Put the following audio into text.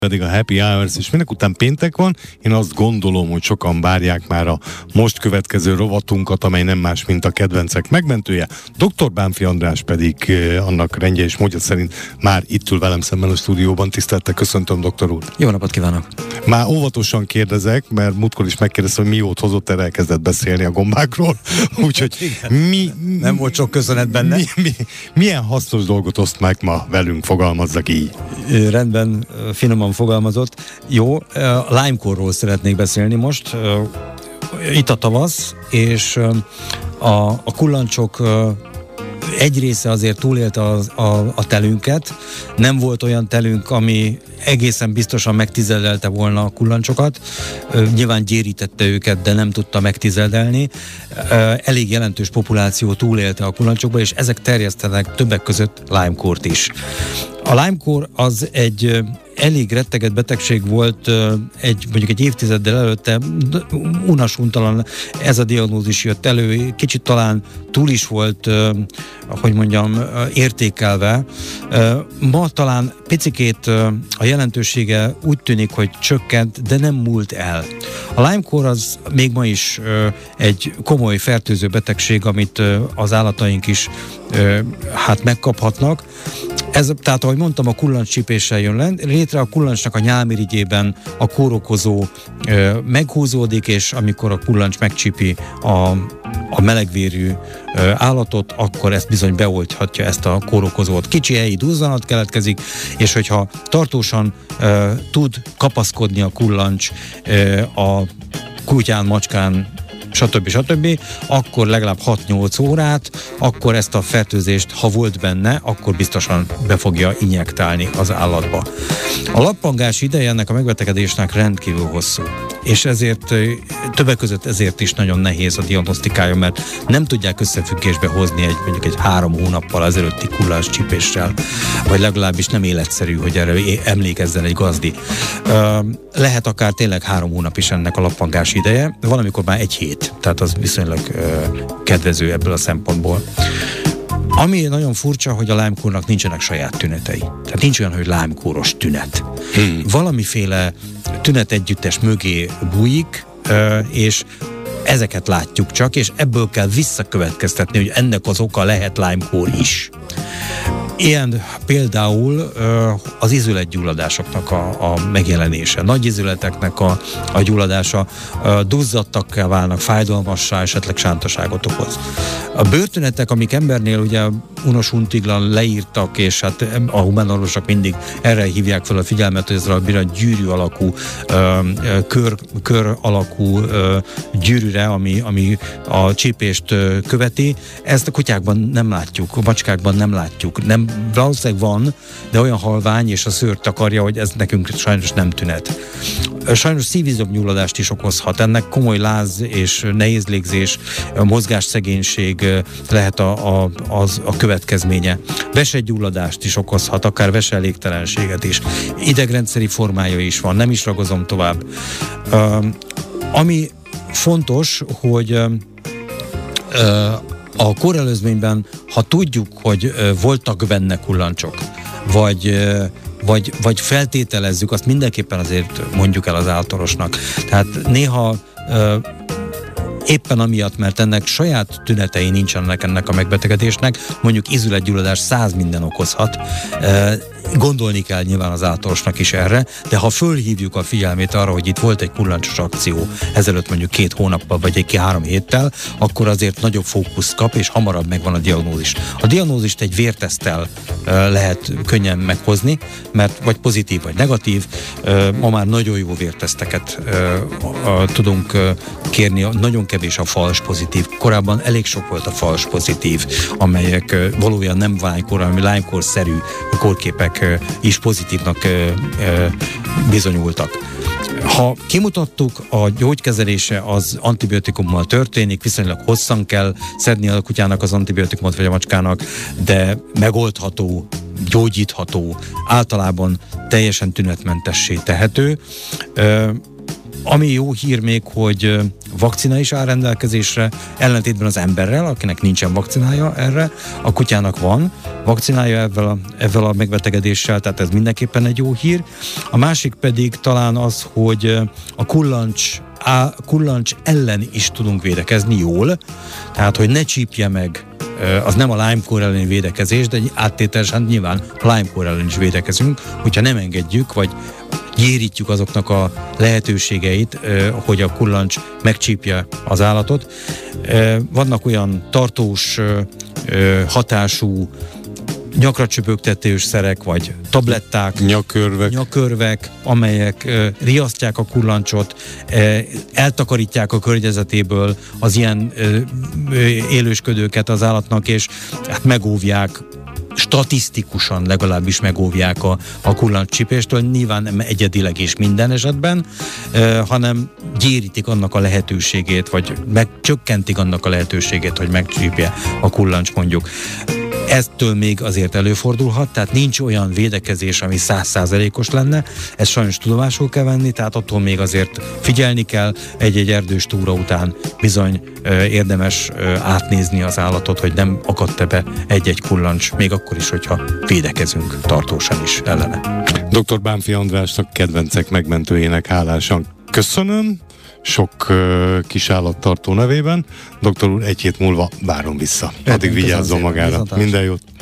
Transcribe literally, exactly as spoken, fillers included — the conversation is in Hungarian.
pedig a Happy Hours, és minek után péntek van, én azt gondolom, hogy sokan várják már a most következő rovatunkat, amely nem más, mint a kedvencek megmentője. doktor Bánfi András pedig eh, annak rendje és módja szerint már itt ül velem szemben a stúdióban. Tisztelettel köszöntöm, doktor úr! Jó napot kívánok! Már óvatosan kérdezek, mert múltkor is megkérdeztem, hogy mi jót hozott, erre elkezdett beszélni a gombákról, úgyhogy mi... Nem volt sok köszönet benne. Mi, mi, milyen hasznos dolgot oszt meg ma velünk, fogalmazzak így? Rendben, finoman fogalmazott. Jó, Limecore-ról szeretnék beszélni most. Itt a tavasz, és a, a kullancsok egy része azért túlélte a, a, a telünket. Nem volt olyan telünk, ami egészen biztosan megtizedelte volna a kullancsokat. Nyilván gyérítette őket, de nem tudta megtizedelni. Elég jelentős populáció túlélte a kullancsokba, és ezek terjesztenek többek között Limecore-t is. A Limecore az egy elég retteget betegség volt, egy, mondjuk egy évtizeddel előtte, unasuntalan ez a diagnózis jött elő, kicsit talán túl is volt, hogy mondjam, értékelve. Ma talán picikét a jelentősége úgy tűnik, hogy csökkent, de nem múlt el. A Limecore az még ma is egy komoly fertőző betegség, amit az állataink is hát megkaphatnak. Ez, tehát, ahogy mondtam, a kullancscsípéssel jön létre, a kullancsnak a nyálmirigyében a kórokozó ö, meghúzódik, és amikor a kullancs megcsípi a, a melegvérű ö, állatot, akkor ezt bizony beolthatja, ezt a kórokozót. Kicsi helyi duzzanat keletkezik, és hogyha tartósan ö, tud kapaszkodni a kullancs ö, a kutyán, macskán, stb. stb., akkor legalább hat-nyolc órát, akkor ezt a fertőzést, ha volt benne, akkor biztosan be fogja injektálni az állatba. A lappangás ideje ennek a megbetegedésnek rendkívül hosszú, és ezért többek között ezért is nagyon nehéz a diagnosztikája, mert nem tudják összefüggésbe hozni egy mondjuk egy három hónappal azelőtti kullancscsípéssel, vagy legalábbis nem életszerű, hogy erre emlékezzen egy gazdi. Lehet akár tényleg három hónap is ennek a lappangás ideje, valamikor már egy hét. Tehát az viszonylag ö, kedvező ebből a szempontból. Ami nagyon furcsa, hogy a Limecore-nak nincsenek saját tünetei. Tehát nincs olyan, hogy Limecore-os tünet. Hmm. Valamiféle tünetegyüttes mögé bújik, ö, és ezeket látjuk csak, és ebből kell visszakövetkeztetni, hogy ennek az oka lehet Limecore is. Ilyen például az izületgyulladásoknak a, a megjelenése, nagy izületeknek a, a gyulladása, duzzadtakká válnak, fájdalmassá, esetleg sántaságot okoz. A bőrtünetek, amik embernél ugye unosuntiglan leírtak, és hát a humánorvosok mindig erre hívják fel a figyelmet, hogy ez a gyűrű alakú, kör, kör alakú gyűrűre, ami, ami a csípést követi, ezt a kutyákban nem látjuk, a macskákban nem látjuk, nem valószínűleg van, de olyan halvány, és a szőr takarja, hogy ez nekünk sajnos nem tünet. Sajnos szívizomgyulladást is okozhat. Ennek komoly láz és nehéz légzés, mozgásszegénység lehet a, a, az, a következménye. Vesegyulladást is okozhat, akár veselégtelenséget is. Idegrendszeri formája is van, nem is ragozom tovább. Uh, ami fontos, hogy uh, uh, a kórelőzményben, ha tudjuk, hogy voltak benne kullancsok, vagy, vagy, vagy feltételezzük, azt mindenképpen azért mondjuk el az állatorvosnak. Tehát néha éppen amiatt, mert ennek saját tünetei nincsenek ennek a megbetegedésnek, mondjuk izületgyulladás száz minden okozhat. Gondolni kell nyilván az állatorvosnak is erre, de ha fölhívjuk a figyelmét arra, hogy itt volt egy kullancsos akció ezelőtt mondjuk két hónappal, vagy egy három héttel, akkor azért nagyobb fókuszt kap, és hamarabb megvan a diagnózis. A diagnózist egy vérteszttel lehet könnyen meghozni, mert vagy pozitív, vagy negatív. Ma már nagyon jó vérteszteket tudunk kérni, nagyon kevés a fals pozitív. Korábban elég sok volt a fals pozitív, amelyek valójában nem Limecore, hanem Limecore-szerű kórképek is pozitívnak bizonyultak. Ha kimutattuk, a gyógykezelése az antibiotikummal történik, viszonylag hosszan kell szedni a kutyának az antibiotikumot, vagy a macskának, de megoldható, gyógyítható, általában teljesen tünetmentessé tehető. Ami jó hír még, hogy vakcina is áll rendelkezésre, ellentétben az emberrel, akinek nincsen vakcinája erre, a kutyának van vakcinája ezzel a, ezzel a megbetegedéssel, tehát ez mindenképpen egy jó hír. A másik pedig talán az, hogy a kullancs, á, kullancs ellen is tudunk védekezni jól, tehát hogy ne csípje meg, az nem a Lyme-kór elleni védekezés, de áttételesen nyilván a Lyme-kór ellen is védekezünk, hogyha nem engedjük, vagy gyérítjük azoknak a lehetőségeit, hogy a kullancs megcsípje az állatot. Vannak olyan tartós hatású nyakra csöpögtetős szerek, vagy tabletták, nyakörvek, nyakörvek amelyek uh, riasztják a kullancsot, uh, eltakarítják a környezetéből az ilyen uh, élősködőket az állatnak, és hát megóvják, statisztikusan legalábbis megóvják a, a kullancscsípéstől, nyilván nem egyedileg és minden esetben, uh, hanem gyérítik annak a lehetőségét, vagy megcsökkentik annak a lehetőségét, hogy megcsípje a kullancs mondjuk. Eztől még azért előfordulhat, tehát nincs olyan védekezés, ami száz százalékos lenne, ezt sajnos tudomásul kell venni, tehát attól még azért figyelni kell, egy-egy erdős túra után bizony ö, érdemes ö, átnézni az állatot, hogy nem akadt-e be egy-egy kullancs, még akkor is, hogyha védekezünk tartósan is ellene. doktor Bánffy Andrásnak, kedvencek megmentőjének hálásan köszönöm, sok uh, kis állattartó nevében. Doktor úr, egy hét múlva várom vissza. Addig vigyázzon magára. Minden jót!